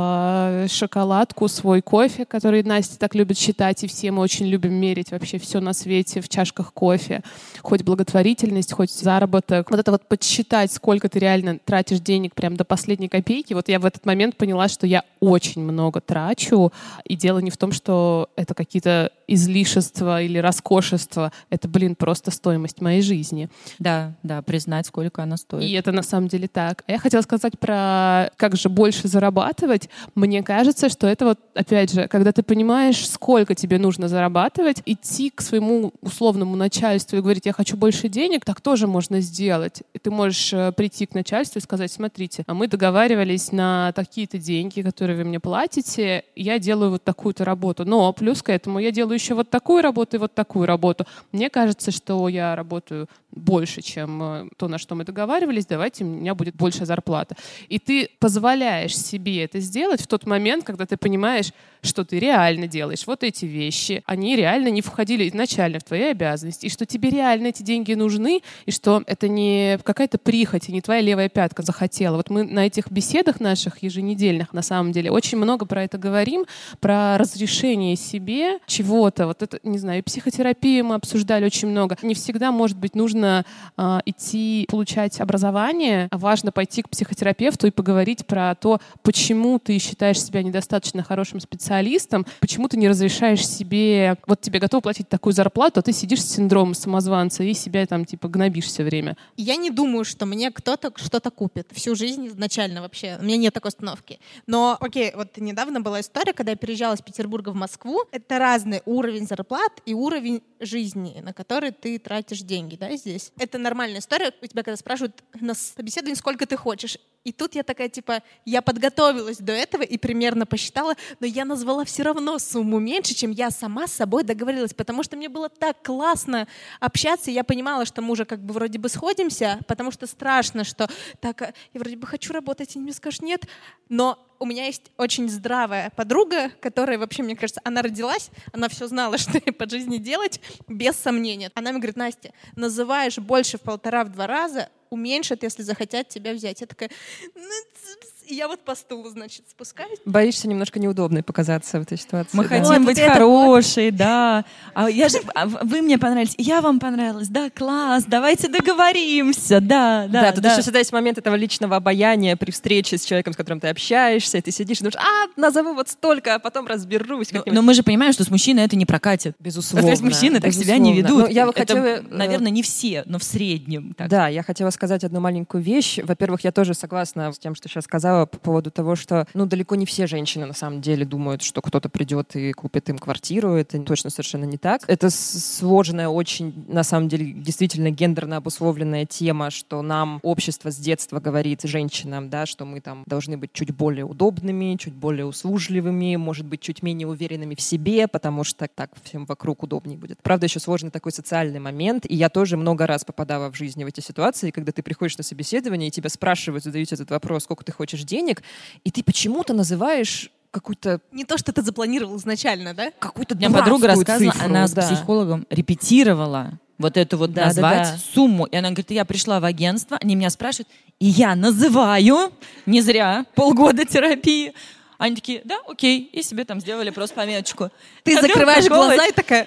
шоколадку, свой кофе, который Настя так любит считать, и все мы очень любим мерить вообще все на свете в чашках кофе. Хоть благотворительность, хоть заработок. Вот это вот подсчитать, сколько ты реально тратишь денег прям до последней копейки. Вот я в этот момент поняла, что я очень много трачу, и дело не в том, что это какие-то излишества или роскошества. Это, просто стоимость моей жизни. Да, признать, сколько она стоит. И это на самом деле так. А я хотела сказать про как же больше зарабатывать. Мне кажется, что это вот, опять же, когда ты понимаешь, сколько тебе нужно зарабатывать, идти к своему условному начальству и говорить, я хочу больше денег, так тоже можно сделать. И ты можешь прийти к начальству и сказать, смотрите, а мы договаривались на такие-то деньги, которые вы мне платите, я делаю вот такую-то работу. Но плюс к этому я делаю еще вот такую работу и вот такую работу. Мне кажется, что я работаю больше, чем то, на что мы договаривались, давайте, у меня будет большая зарплата. И ты позволяешь себе это сделать в тот момент, когда ты понимаешь, что ты реально делаешь вот эти вещи. Они реально не входили изначально в твои обязанности, и что тебе реально эти деньги нужны, и что это не какая-то прихоть, и не твоя левая пятка захотела. Вот мы на этих беседах наших еженедельных, на самом деле, очень много про это говорим, про разрешение себе чего-то. Вот это, не знаю, и психотерапию мы обсуждали очень много. Не всегда, может быть, нужно идти получать образование, а важно пойти к психотерапевту и поговорить про то, почему ты считаешь себя недостаточно хорошим специалистом, почему ты не разрешаешь себе, вот тебе готовы платить такую зарплату, а ты сидишь с синдромом самозванца и себя там гнобишь все время. Я не думаю, что мне кто-то что-то купит всю жизнь изначально вообще. У меня нет такой установки. Но, окей, вот недавно была история, когда я переезжала из Петербурга в Москву. Это разный уровень зарплат и уровень жизни, на который ты тратишь деньги, да, здесь. Это нормальная история. У тебя когда спрашивают на собеседовании, сколько ты хочешь. И тут я такая, я подготовилась до этого и примерно посчитала, но я назвала все равно сумму меньше, чем я сама с собой договорилась, потому что мне было так классно общаться, и я понимала, что мы уже вроде бы сходимся, потому что страшно, что так, я вроде бы хочу работать, и мне скажут нет, но у меня есть очень здравая подруга, которая вообще, мне кажется, она родилась, она все знала, что ей по жизни делать, без сомнения. Она мне говорит, Настя, называешь больше в 1,5-2 раза, уменьшат, если захотят тебя взять. Я такая, и я вот по стулу, спускаюсь. Боишься немножко неудобной показаться в этой ситуации. Мы хотим быть хорошей, да. Вы мне понравились, я вам понравилась, да, класс, давайте договоримся, да. Да, тут еще всегда есть момент этого личного обаяния при встрече с человеком, с которым ты общаешься, и ты сидишь и думаешь, назову вот столько, а потом разберусь. Но мы же понимаем, что с мужчиной это не прокатит. Безусловно. То есть мужчины так себя не ведут. Я хотела, наверное, не все, но в среднем. Так. Да, я хотела сказать одну маленькую вещь. Во-первых, я тоже согласна с тем, что сейчас сказала по поводу того, что далеко не все женщины на самом деле думают, что кто-то придет и купит им квартиру. Это точно совершенно не так. Это сложная, очень, на самом деле, действительно гендерно обусловленная тема, что нам общество с детства говорит женщинам, да, что мы там должны быть чуть более удобными, чуть более услужливыми, может быть, чуть менее уверенными в себе, потому что так всем вокруг удобнее будет. Правда, еще сложный такой социальный момент, и я тоже много раз попадала в жизни в эти ситуации, когда ты приходишь на собеседование, и тебя спрашивают, задают этот вопрос, сколько ты хочешь денег, и ты почему-то называешь какую-то... Не то, что ты запланировал изначально, да? Какую-то У меня подруга рассказывала, цифру, она с психологом репетировала вот эту вот назвать сумму. И она говорит, я пришла в агентство, они меня спрашивают, и я называю, не зря, полгода терапии. Они такие, да, окей, и себе там сделали просто пометочку. Ты закрываешь глаза и такая...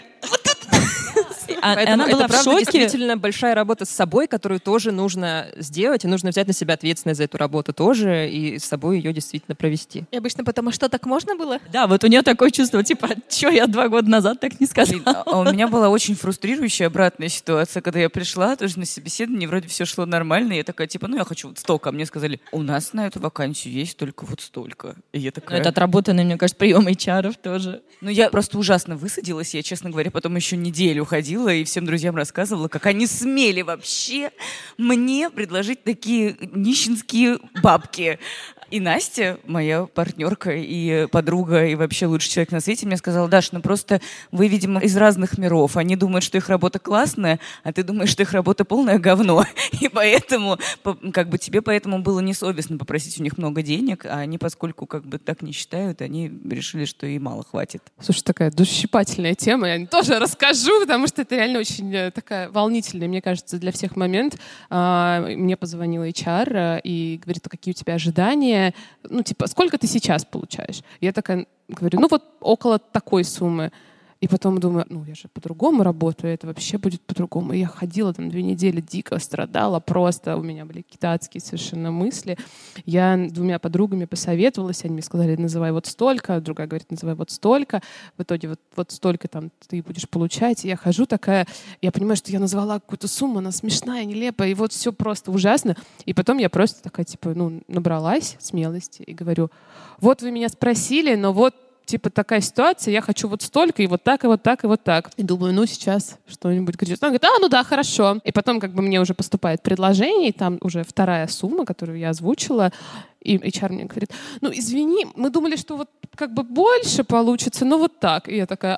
Она была в правда, шоке. Действительно большая работа с собой, которую тоже нужно сделать, и нужно взять на себя ответственность за эту работу тоже, и с собой ее действительно провести. И обычно потом, а что, так можно было? Да, вот у нее такое чувство, что я 2 года назад так не сказала. А у меня была очень фрустрирующая обратная ситуация, когда я пришла тоже на собеседование, вроде все шло нормально, и я такая, я хочу вот столько. А мне сказали, у нас на эту вакансию есть только вот столько. И я такая... Это отработанный, мне кажется, прием HR тоже. Я просто ужасно высадилась, я, честно говоря, потом еще неделю ходила и всем друзьям рассказывала, как они смели вообще мне предложить такие нищенские бабки. И Настя, моя партнерка и подруга, и вообще лучший человек на свете, мне сказала: Даш, ну просто вы, видимо, из разных миров. Они думают, что их работа классная, а ты думаешь, что их работа полное говно. И поэтому, как бы тебе поэтому было несовестно попросить у них много денег, а они, поскольку как бы так не считают, они решили, что и мало хватит. Слушай, такая душещипательная тема. Я тоже расскажу, потому что это реально очень такая волнительная, мне кажется, для всех момент. Мне позвонила HR и говорит: а какие у тебя ожидания? Ну, типа, сколько ты сейчас получаешь? Я такая говорю: ну, вот около такой суммы. И потом думаю, ну, я же по-другому работаю, это вообще будет по-другому. И я ходила там 2 недели, дико страдала просто. У меня были какие-то адские совершенно мысли. Я 2 подругами посоветовалась, они мне сказали: называй вот столько. Другая говорит: называй вот столько. В итоге вот столько там ты будешь получать. И я хожу такая, я понимаю, что я назвала какую-то сумму, она смешная, нелепая, и вот все просто ужасно. И потом я просто такая, типа, ну, набралась смелости и говорю: вот вы меня спросили, но вот типа такая ситуация, я хочу вот столько, и вот так, и вот так, и вот так. И думаю, ну сейчас что-нибудь грядет. Она говорит: ну да, хорошо. И потом как бы мне уже поступает предложение, и там уже 2-я сумма, которую я озвучила. И HR мне говорит: ну извини, мы думали, что вот как бы больше получится, но вот так. И я такая: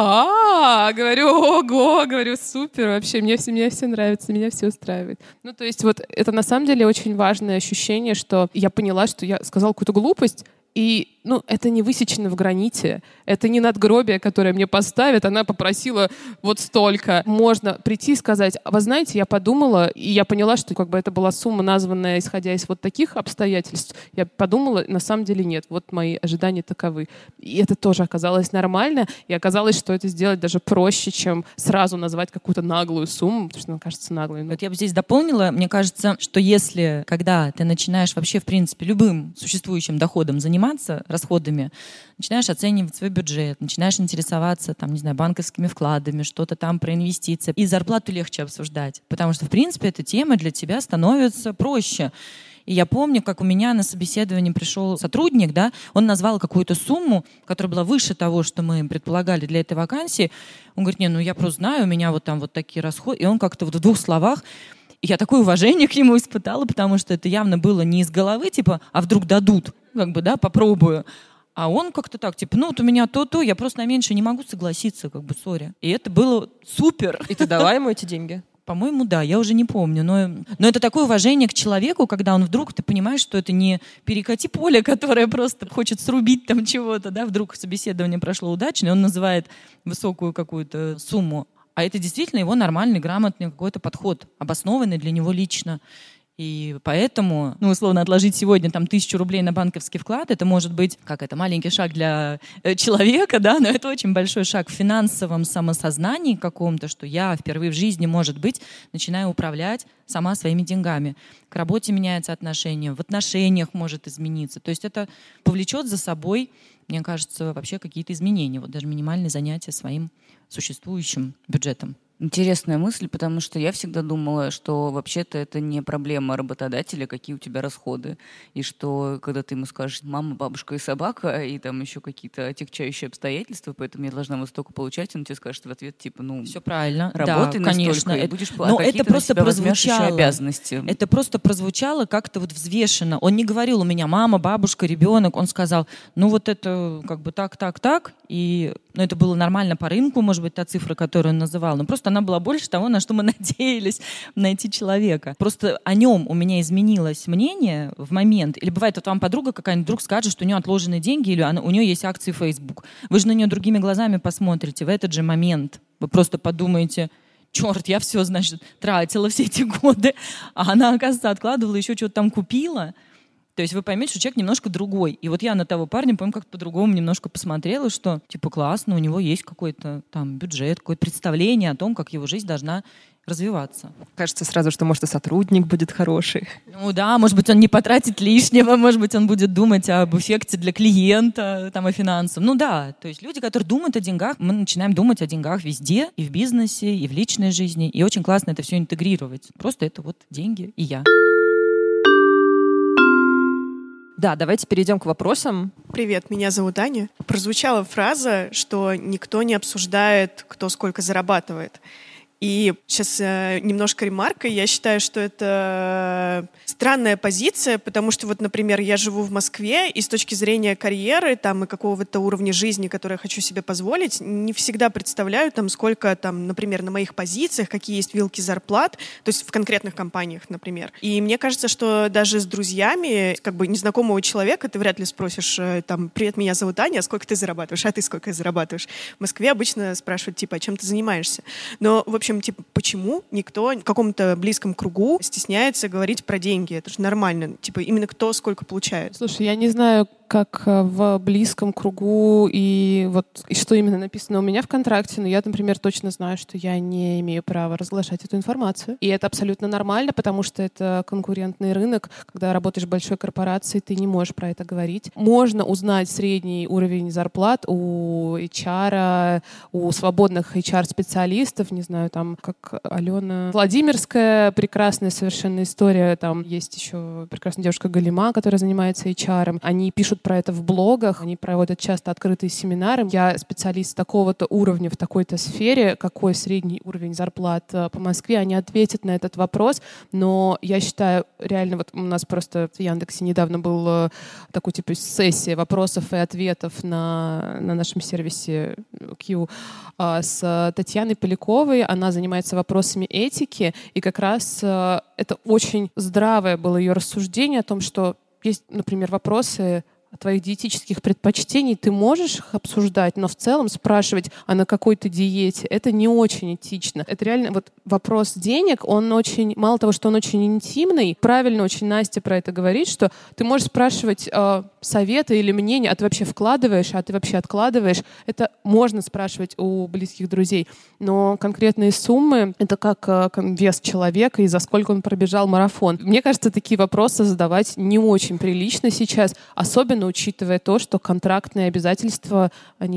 говорю, ого, говорю, супер, вообще, мне все нравится, меня все устраивает. Ну то есть вот это на самом деле очень важное ощущение, что я поняла, что я сказала какую-то глупость, и, ну, это не высечено в граните, это не надгробие, которое мне поставят, она попросила вот столько. Можно прийти и сказать: вы знаете, я подумала, и я поняла, что как бы это была сумма, названная исходя из вот таких обстоятельств. Я подумала, на самом деле нет, вот мои ожидания таковы. И это тоже оказалось нормально, и оказалось, что это сделать даже проще, чем сразу назвать какую-то наглую сумму, потому что она кажется наглой. Вот я бы здесь дополнила, мне кажется, что если, когда ты начинаешь вообще, в принципе, любым существующим доходом заниматься, расходами, начинаешь оценивать свой бюджет, начинаешь интересоваться, там, не знаю, банковскими вкладами, что-то там про инвестиции, и зарплату легче обсуждать, потому что, в принципе, эта тема для тебя становится проще. И я помню, как у меня на собеседование пришел сотрудник, да, он назвал какую-то сумму, которая была выше того, что мы предполагали для этой вакансии. Он говорит: не, ну я просто знаю, у меня вот там вот такие расходы. И он как-то вот в 2 словах. И я такое уважение к нему испытала, потому что это явно было не из головы, типа, а вдруг дадут, как бы, да, попробую. А он как-то так, типа, ну вот у меня то-то, я просто на меньше не могу согласиться, как бы, сори. И это было супер. И ты дала ему эти деньги? По-моему, да, я уже не помню. Но это такое уважение к человеку, когда он вдруг, ты понимаешь, что это не перекати поле, которое просто хочет срубить там чего-то, да, вдруг собеседование прошло удачно, и он называет высокую какую-то сумму. А это действительно его нормальный, грамотный какой-то подход, обоснованный для него лично. И поэтому, ну, условно, отложить сегодня там 1000 рублей на банковский вклад, это может быть, как это, маленький шаг для человека, да, но это очень большой шаг в финансовом самосознании каком-то, что я впервые в жизни, может быть, начинаю управлять сама своими деньгами. К работе меняется отношение, в отношениях может измениться. То есть это повлечет за собой, мне кажется, вообще какие-то изменения, вот даже минимальные занятия своим существующим бюджетом. Интересная мысль, потому что я всегда думала, что вообще-то это не проблема работодателя, какие у тебя расходы. И что, когда ты ему скажешь: мама, бабушка и собака, и там еще какие-то отягчающие обстоятельства, поэтому я должна вот столько получать, он тебе скажет в ответ, типа, ну, все правильно, работай да, настолько, конечно. и будешь, но это просто прозвучало. Обязанности. Это просто прозвучало как-то вот взвешенно. Он не говорил: у меня мама, бабушка, ребенок. Он сказал: ну вот это как бы так. И ну, это было нормально по рынку, может быть, та цифра, которую он называл. Но просто она была больше того, на что мы надеялись найти человека. Просто о нем у меня изменилось мнение в момент. Или бывает, вот вам подруга какая-нибудь вдруг скажет, что у нее отложены деньги, или у нее есть акции Facebook. Вы же на нее другими глазами посмотрите в этот же момент. Вы просто подумаете: черт, я все, значит, тратила все эти годы, а она, оказывается, откладывала, еще что-то там купила. То есть вы поймете, что человек немножко другой. И вот я на того парня, по-моему, как-то по-другому немножко посмотрела, что, типа, классно, у него есть какой-то там бюджет, какое-то представление о том, как его жизнь должна развиваться. Кажется сразу, что, может, и сотрудник будет хороший. Ну да, может быть, он не потратит лишнего, может быть, он будет думать об эффекте для клиента, там, о финансах. Ну да, то есть люди, которые думают о деньгах, мы начинаем думать о деньгах везде, и в бизнесе, и в личной жизни. И очень классно это все интегрировать. Просто это вот деньги и я. Да, давайте перейдем к вопросам. Привет, меня зовут Аня. Прозвучала фраза, что никто не обсуждает, кто сколько зарабатывает. И сейчас немножко ремарка. Я считаю, что это странная позиция, потому что, вот, например, я живу в Москве, и с точки зрения карьеры там, и какого-то уровня жизни, который я хочу себе позволить, не всегда представляю, там, сколько, там, например, на моих позициях, какие есть вилки зарплат, то есть в конкретных компаниях, например. И мне кажется, что даже с друзьями, как бы незнакомого человека ты вряд ли спросишь, там, «Привет, меня зовут Аня, а сколько ты зарабатываешь? А ты сколько зарабатываешь?» В Москве обычно спрашивают, типа, а чем ты занимаешься? Но, в общем, типа, почему никто в каком-то близком кругу стесняется говорить про деньги? Это же нормально. Типа, именно кто сколько получает. Слушай, я не знаю, как в близком кругу и что именно написано у меня в контракте, но я, например, точно знаю, что я не имею права разглашать эту информацию. И это абсолютно нормально, потому что это конкурентный рынок. Когда работаешь в большой корпорации, ты не можешь про это говорить. Можно узнать средний уровень зарплат у HR, у свободных HR-специалистов, не знаю, там, как Алена Владимирская, прекрасная совершенно история. Там есть еще прекрасная девушка Галима, которая занимается HR. Они пишут про это в блогах, они проводят часто открытые семинары. Я специалист такого-то уровня в такой-то сфере, какой средний уровень зарплат по Москве, они ответят на этот вопрос, но я считаю, реально, вот у нас просто в Яндексе недавно был такой типа сессия вопросов и ответов на нашем сервисе Q с Татьяной Поляковой, она занимается вопросами этики, и как раз это очень здравое было ее рассуждение о том, что есть, например, вопросы твоих диетических предпочтений, ты можешь их обсуждать, но в целом спрашивать, а на какой ты диете, это не очень этично. Это реально вот вопрос денег, он очень, мало того, что он очень интимный, правильно очень Настя про это говорит, что ты можешь спрашивать советы или мнения, а ты вообще вкладываешь, а ты вообще откладываешь. Это можно спрашивать у близких друзей, но конкретные суммы — это как вес человека и за сколько он пробежал марафон. Мне кажется, такие вопросы задавать не очень прилично сейчас, особенно учитывая то, что контрактные обязательства,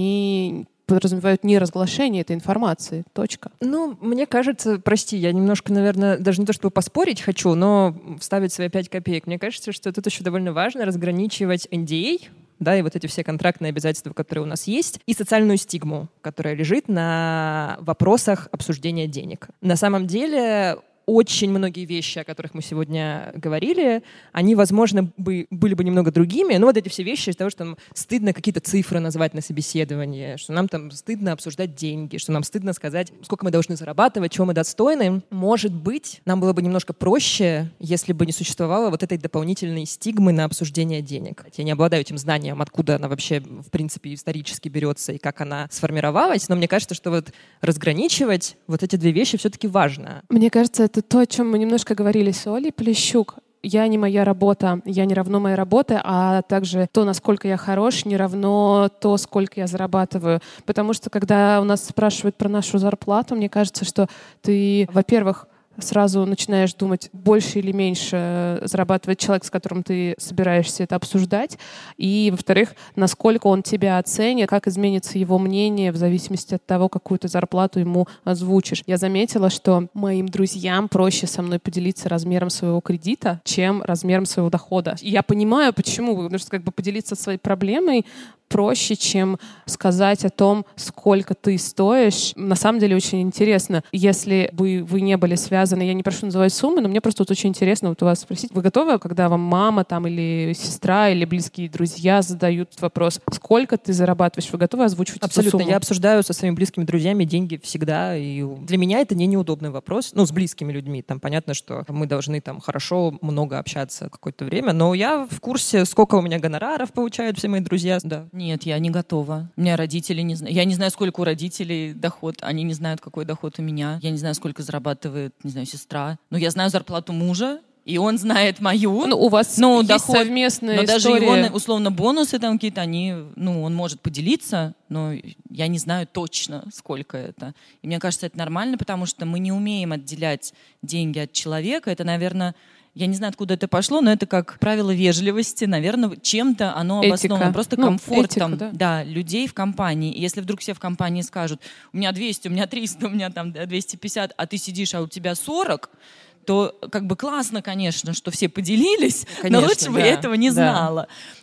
они подразумевают не разглашение этой информации. Точка. Ну, мне кажется, прости, я немножко, наверное, даже не то чтобы поспорить хочу, но вставить свои 5 копеек. Мне кажется, что тут еще довольно важно разграничивать NDA, да, и вот эти все контрактные обязательства, которые у нас есть, и социальную стигму, которая лежит на вопросах обсуждения денег. На самом деле очень многие вещи, о которых мы сегодня говорили, они, возможно, были бы немного другими, но вот эти все вещи из того, что нам стыдно какие-то цифры назвать на собеседовании, что нам там стыдно обсуждать деньги, что нам стыдно сказать, сколько мы должны зарабатывать, чего мы достойны. Может быть, нам было бы немножко проще, если бы не существовало вот этой дополнительной стигмы на обсуждение денег. Я не обладаю этим знанием, откуда она вообще, в принципе, исторически берется и как она сформировалась, но мне кажется, что вот разграничивать вот эти две вещи все-таки важно. Мне кажется, это то, о чем мы немножко говорили с Олей Полищук. Я не моя работа, я не равно моей работе, а также то, насколько я хорош, не равно то, сколько я зарабатываю. Потому что, когда у нас спрашивают про нашу зарплату, мне кажется, что ты, во-первых, сразу начинаешь думать, больше или меньше зарабатывает человек, с которым ты собираешься это обсуждать. И, во-вторых, насколько он тебя оценит, как изменится его мнение в зависимости от того, какую ты зарплату ему озвучишь. Я заметила, что моим друзьям проще со мной поделиться размером своего кредита, чем размером своего дохода. И я понимаю, почему. Потому что как бы поделиться своей проблемой проще, чем сказать о том, сколько ты стоишь. На самом деле очень интересно. Если бы вы не были связаны, я не прошу называть суммы, но мне просто вот очень интересно вот у вас спросить, вы готовы, когда вам мама там или сестра или близкие друзья задают вопрос, сколько ты зарабатываешь, вы готовы озвучивать эту сумму? Абсолютно. Я обсуждаю со своими близкими друзьями деньги всегда. И для меня это не неудобный вопрос. Ну, с близкими людьми. Там понятно, что мы должны там хорошо, много общаться какое-то время, но я в курсе, сколько у меня гонораров получают все мои друзья. Да. Нет, я не готова. У меня родители не знают. Я не знаю, сколько у родителей доход. Они не знают, какой доход у меня. Я не знаю, сколько зарабатывает, не знаю, сестра. Но я знаю зарплату мужа, и он знает мою. Ну, у вас есть доход, совместная но история. даже его, условно, бонусы там какие-то, они, он может поделиться, но я не знаю точно, сколько это. И мне кажется, это нормально, потому что мы не умеем отделять деньги от человека. Это, наверное, я не знаю, откуда это пошло, но это как правило вежливости, наверное, чем-то оно обосновано, просто комфортом этика, людей в компании. И если вдруг все в компании скажут, у меня 200, у меня 300, у меня там 250, а ты сидишь, а у тебя 40, то как бы классно, конечно, что все поделились, конечно, но лучше бы я этого не знала.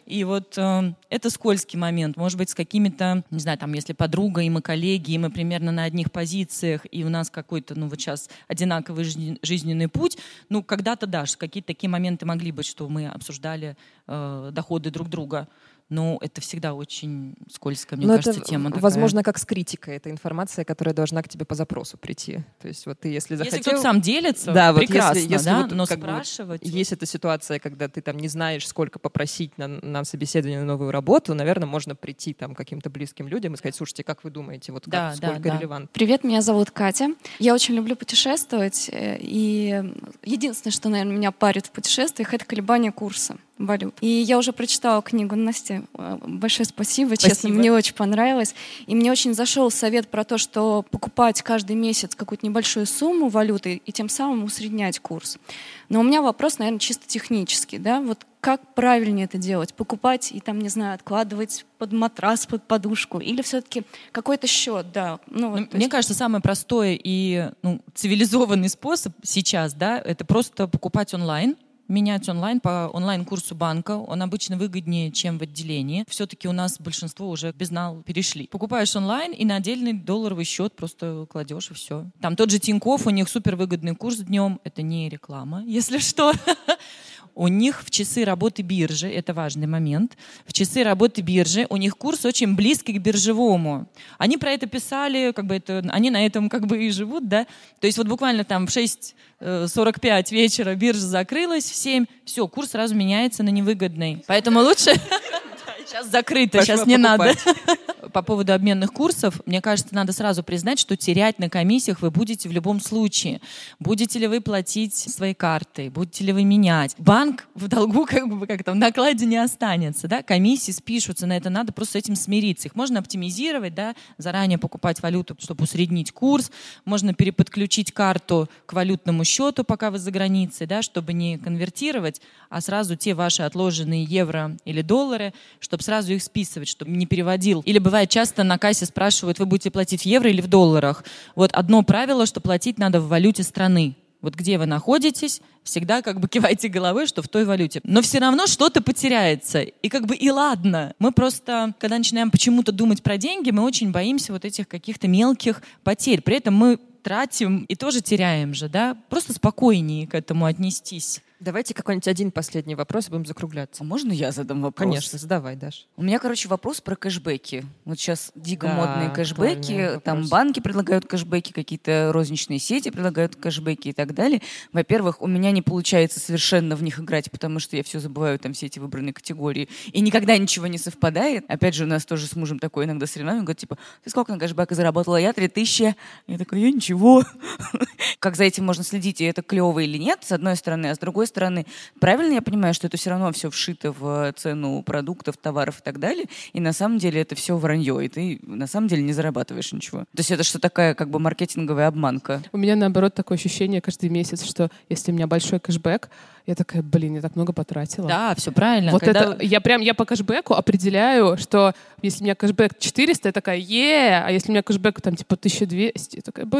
И вот это скользкий момент. Может быть, с какими-то, не знаю, там, если подруга, и мы коллеги, и мы примерно на одних позициях, и у нас какой-то, ну, вот сейчас одинаковый жизненный путь, ну, когда-то, да, какие-то такие моменты могли быть, что мы обсуждали доходы друг друга. Но это всегда очень скользкая, мне кажется, тема такая. Возможно, как с критикой. Это информация, которая должна к тебе по запросу прийти. То есть вот ты, если захотел... Если кто-то сам делится, да, прекрасно, вот если да? вот, Но как бы, спрашивать... есть эта ситуация, когда ты там не знаешь, сколько попросить на собеседование на новую работу, наверное, можно прийти там к каким-то близким людям и сказать: слушайте, как вы думаете, вот как, сколько релевантно? Привет, меня зовут Катя. Я очень люблю путешествовать, и единственное, что, наверное, меня парит в путешествиях, это колебания курса валют. И я уже прочитала книгу Насти. Большое спасибо. Честно, мне очень понравилось. И мне очень зашел совет про то, что покупать каждый месяц какую-то небольшую сумму валюты и тем самым усреднять курс. Но у меня вопрос, наверное, чисто технический. Да? Вот как правильнее это делать? Покупать и там, не знаю, откладывать под матрас, под подушку? Или все-таки какой-то счет? Да. Мне кажется, самый простой и цивилизованный способ сейчас, да, это просто покупать онлайн, менять онлайн по онлайн-курсу банка. Он обычно выгоднее, чем в отделении. Все-таки у нас большинство уже в безнал перешли. Покупаешь онлайн и на отдельный долларовый счет просто кладешь, и все. Там тот же Тинькофф, у них супервыгодный курс днем. Это не реклама, если что. У них в часы работы биржи, это важный момент, в часы работы биржи у них курс очень близкий к биржевому. Они про это писали, они на этом и живут, да. То есть вот буквально там в 6:45 вечера биржа закрылась, в 7, все, курс сразу меняется на невыгодный. Поэтому лучше... Сейчас закрыто, сейчас не надо. По поводу обменных курсов, мне кажется, надо сразу признать, что терять на комиссиях вы будете в любом случае. Будете ли вы платить своей картой, будете ли вы менять. Банк в долгу в накладе не останется. Да? Комиссии спишутся, на это надо просто с этим смириться. Их можно оптимизировать, да? Заранее покупать валюту, чтобы усреднить курс. Можно переподключить карту к валютному счету, пока вы за границей, да? Чтобы не конвертировать, а сразу те ваши отложенные евро или доллары, чтобы сразу их списывать, чтобы не переводил. Или бывает часто на кассе спрашивают: вы будете платить в евро или в долларах? Вот одно правило, что платить надо в валюте страны. Вот где вы находитесь, всегда кивайте головой, что в той валюте. Но все равно что-то потеряется. И ладно. Мы просто, когда начинаем почему-то думать про деньги, мы очень боимся вот этих каких-то мелких потерь. При этом мы тратим и тоже теряем же, да? Просто спокойнее к этому отнестись. Давайте какой-нибудь один последний вопрос, и будем закругляться. А можно я задам вопрос? Конечно, задавай, Даш. У меня, вопрос про кэшбэки. Вот сейчас дико модные кэшбэки, там банки предлагают кэшбэки, какие-то розничные сети предлагают кэшбэки и так далее. Во-первых, у меня не получается совершенно в них играть, потому что я все забываю, там все эти выбранные категории, и никогда ничего не совпадает. Опять же, у нас тоже с мужем такое иногда соревнование, говорит, ты сколько на кэшбэке заработала? Я 3000. Я такая, я ничего. Как за этим можно следить, и это клево или нет, с одной стороны, а с другой стороны, правильно я понимаю, что это все равно все вшито в цену продуктов, товаров и так далее, и на самом деле это все вранье, и ты на самом деле не зарабатываешь ничего. То есть это что такая маркетинговая обманка? У меня, наоборот, такое ощущение каждый месяц, что если у меня большой кэшбэк, я такая, я так много потратила. Да, все правильно. Вот это, я по кэшбэку определяю, что если у меня кэшбэк 400, я такая, а если у меня кэшбэк 1200, я такая,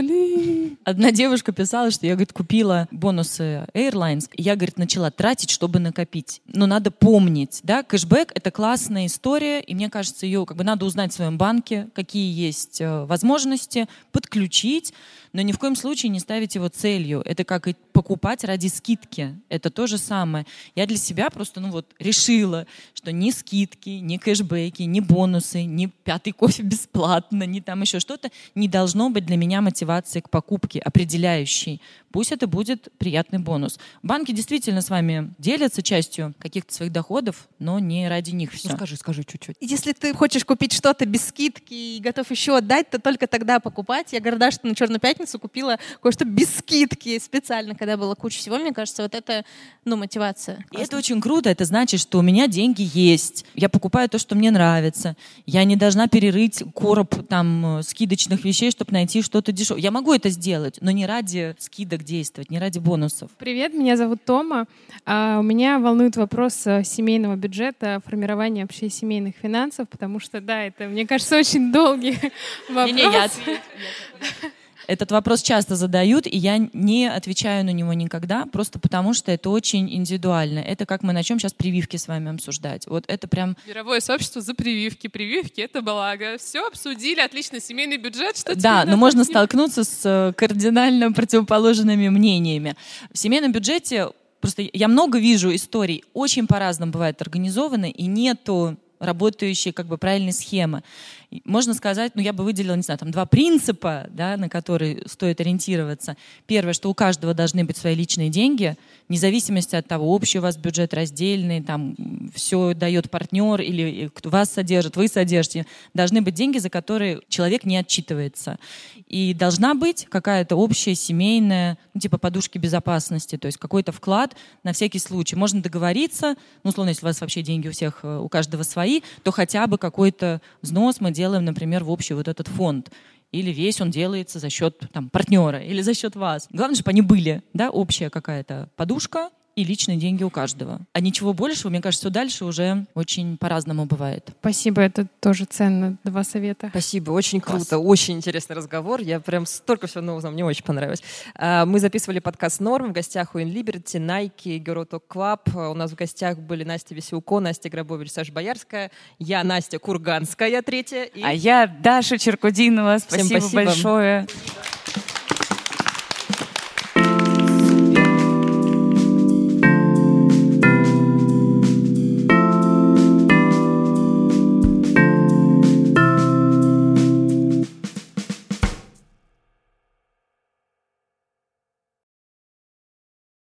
Одна девушка писала, что я, купила бонусы Airlines, и я, начала тратить, чтобы накопить. Но надо помнить, да, кэшбэк — это классная история, и мне кажется, ее надо узнать в своем банке, какие есть возможности, подключить, но ни в коем случае не ставить его целью. Это как и покупать ради скидки. Это то же самое. Я для себя просто, решила, что ни скидки, ни кэшбэки, ни бонусы, ни 5-й кофе бесплатно, ни там еще что-то не должно быть для меня мотивацией к покупке, определяющей. Пусть это будет приятный бонус. Банки действительно с вами делятся частью каких-то своих доходов, но не ради них все. Скажи чуть-чуть. Если ты хочешь купить что-то без скидки и готов еще отдать, то только тогда покупать. Я горда, что на Черную пятницу купила кое-что без скидки специально, когда была куча всего. Мне кажется, вот это, мотивация. И это очень круто. Это значит, что у меня деньги есть. Я покупаю то, что мне нравится. Я не должна перерыть короб скидочных вещей, чтобы найти что-то дешевое. Я могу это сделать, но не ради скидок действовать, не ради бонусов. Привет, меня зовут Тома. У меня волнует вопрос семейного бюджета, формирования вообще семейных финансов, потому что, да, это, мне кажется, очень долгий вопрос. Этот вопрос часто задают, и я не отвечаю на него никогда, просто потому что это очень индивидуально. Это как мы начнем сейчас прививки с вами обсуждать. Вот это прям... Мировое сообщество за прививки. Прививки — это благо. Все обсудили, отлично, семейный бюджет. Что да, но можно столкнуться с кардинально противоположными мнениями. В семейном бюджете просто я много вижу историй, очень по-разному бывает организованы, и нету работающей как бы правильной схемы. Можно сказать, я бы выделила, не знаю, там 2 принципа, да, на которые стоит ориентироваться. Первое, что у каждого должны быть свои личные деньги, вне зависимости от того, общий у вас бюджет, раздельный, там все дает партнер или вас содержит, вы содержите. Должны быть деньги, за которые человек не отчитывается. И должна быть какая-то общая семейная, типа подушки безопасности, то есть какой-то вклад на всякий случай. Можно договориться, условно, если у вас вообще деньги у всех, у каждого свои, то хотя бы какой-то взнос мы делаем, например, в общий вот этот фонд. Или весь он делается за счет партнера или за счет вас. Главное, чтобы они были, да, общая какая-то подушка и личные деньги у каждого. А ничего большего, мне кажется, все дальше уже очень по-разному бывает. Спасибо, это тоже ценно. 2 совета. Спасибо, очень Класс. круто, очень интересный разговор. Я прям столько всего нового узнала, мне очень понравилось. Мы записывали подкаст «Норм», в гостях у InLiberty, Nike, Girl Talk Club. У нас в гостях были Настя Веселко, Настя Грабович, Саша Боярская, я Настя Курганская, 3-я. А я Даша Черкудинова. Всем Спасибо спасибо большое.